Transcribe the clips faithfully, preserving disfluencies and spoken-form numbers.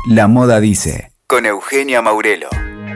La Moda Dice, con Eugenia Maurelo.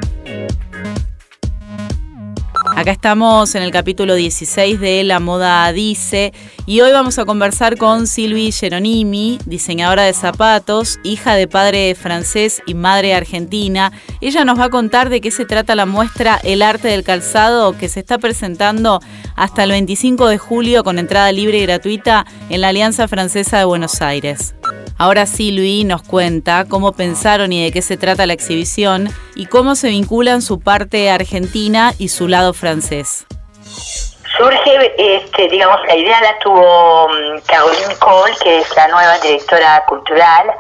Acá estamos en el capítulo dieciséis de La Moda Dice y hoy vamos a conversar con Sylvie Geronimi, diseñadora de zapatos, hija de padre francés y madre argentina. Ella nos va a contar de qué se trata la muestra El Arte del Calzado, que se está presentando hasta el veinticinco de julio con entrada libre y gratuita en la Alianza Francesa de Buenos Aires. Ahora Sylvie nos cuenta cómo pensaron y de qué se trata la exhibición y cómo se vinculan su parte argentina y su lado francés. Surge, este, digamos, la idea la tuvo um, Caroline Cole, que es la nueva directora cultural,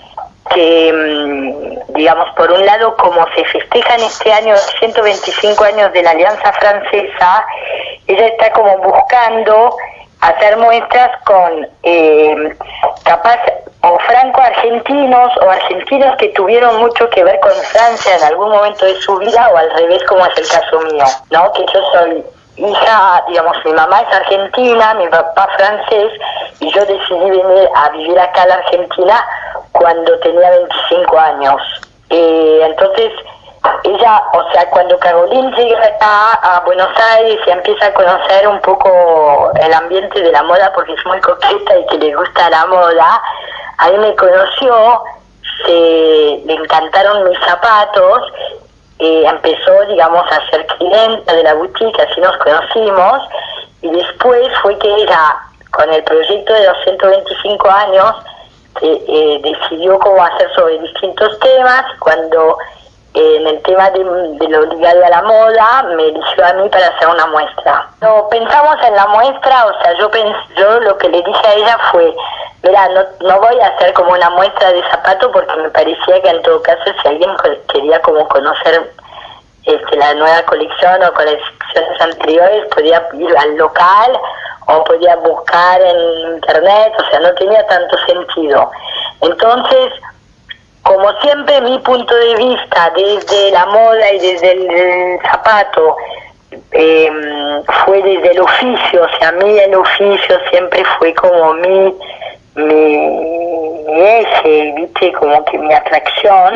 que, um, digamos, por un lado, como se festejan este año los ciento veinticinco años de la Alianza Francesa, ella está como buscando hacer muestras con eh, capaz o franco-argentinos o argentinos que tuvieron mucho que ver con Francia en algún momento de su vida, o al revés, como es el caso mío, ¿no? Que yo soy hija, digamos, mi mamá es argentina, mi papá francés, y yo decidí venir a vivir acá a la Argentina cuando tenía veinticinco años. Eh, entonces, ella, o sea, cuando Caroline llega acá a Buenos Aires y empieza a conocer un poco el ambiente de la moda, porque es muy coqueta y que le gusta la moda, ahí me conoció, se, le encantaron mis zapatos, eh, empezó, digamos, a ser clienta de la boutique, así nos conocimos, y después fue que ella, con el proyecto de los ciento veinticinco años, eh, eh, decidió cómo hacer sobre distintos temas. Cuando en el tema de, de lo ligado a la moda, me eligió a mí para hacer una muestra. No pensamos en la muestra, o sea, yo pens, yo lo que le dije a ella fue, mira, no, no voy a hacer como una muestra de zapato, porque me parecía que en todo caso, si alguien quería como conocer este, la nueva colección o colecciones anteriores, podía ir al local o podía buscar en internet, o sea, no tenía tanto sentido. Entonces, como siempre, mi punto de vista desde la moda y desde el, el zapato eh, fue desde el oficio, o sea, a mí el oficio siempre fue como mi, mi, mi eje, ¿viste? Como que mi atracción.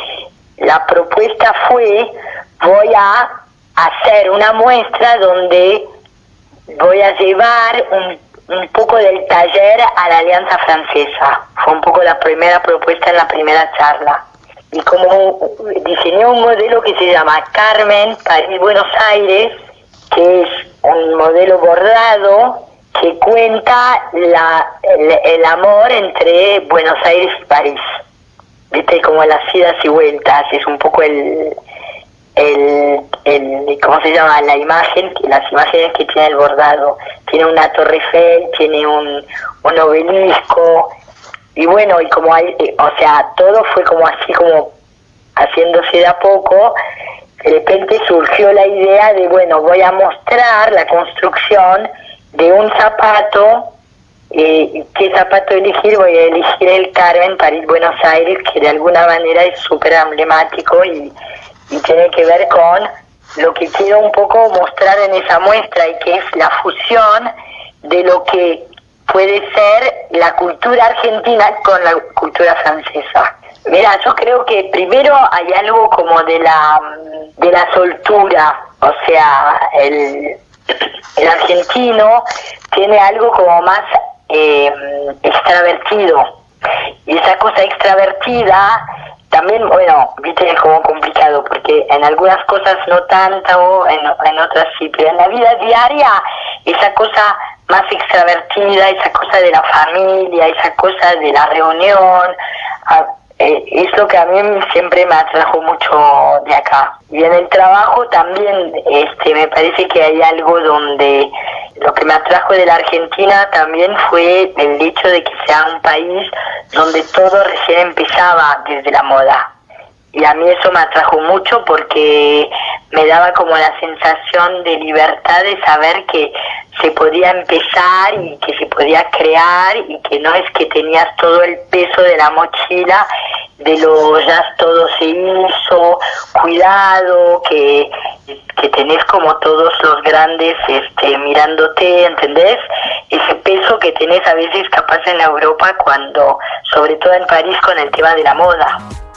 La propuesta fue, voy a hacer una muestra donde voy a llevar un un poco del taller a la Alianza Francesa. Fue un poco la primera propuesta en la primera charla. Y como diseñé un modelo que se llama Carmen París Buenos Aires, que es un modelo bordado que cuenta la, el, el amor entre Buenos Aires y París. Viste, como las idas y vueltas, es un poco el... El, el, ¿cómo se llama? La imagen, las imágenes que tiene el bordado. Tiene una Torre Eiffel, tiene un, un obelisco, y bueno, y como hay, o sea, todo fue como así, como haciéndose de a poco. De repente surgió la idea de, bueno, voy a mostrar la construcción de un zapato. Eh, ¿Qué zapato elegir? Voy a elegir el Carmen París Buenos Aires, que de alguna manera es súper emblemático y y tiene que ver con lo que quiero un poco mostrar en esa muestra, y que es la fusión de lo que puede ser la cultura argentina con la cultura francesa. Mira, yo creo que primero hay algo como de la de la soltura, o sea, el, el argentino tiene algo como más eh, extravertido, y esa cosa extravertida también, bueno, viste, es como complicado, porque en algunas cosas no tanto, en, en otras sí, pero en la vida diaria, esa cosa más extravertida, esa cosa de la familia, esa cosa de la reunión, eh, es lo que a mí siempre me atrajo mucho de acá. Y en el trabajo también, este, me parece que hay algo donde lo que me atrajo de la Argentina también fue el hecho de que sea un país donde todo recién empezaba desde la moda. Y a mí eso me atrajo mucho, porque me daba como la sensación de libertad de saber que se podía empezar y que se podía crear, y que no es que tenías todo el peso de la mochila de lo ya todo se hizo, cuidado, que, que tenés como todos los grandes este, mirándote, ¿entendés? Ese peso que tenés a veces capaz en Europa, cuando, sobre todo en París, con el tema de la moda.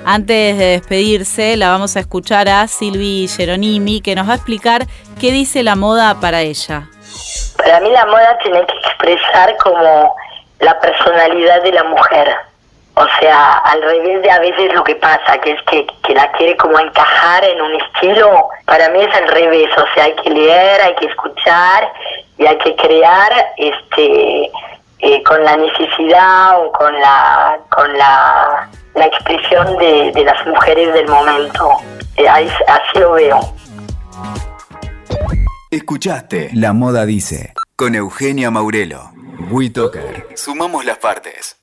Antes de despedirse, la vamos a escuchar a Silvi Geronimi, que nos va a explicar qué dice la moda para ella. Para mí la moda tiene que expresar como la personalidad de la mujer. O sea, al revés de a veces lo que pasa, que es que, que la quiere como encajar en un estilo, para mí es al revés. O sea, hay que leer, hay que escuchar y hay que crear este eh, con la necesidad o con la con la, la expresión de, de las mujeres del momento. Eh, así lo veo. Escuchaste La Moda Dice con Eugenia Maurelo. WeToker. Sumamos las partes.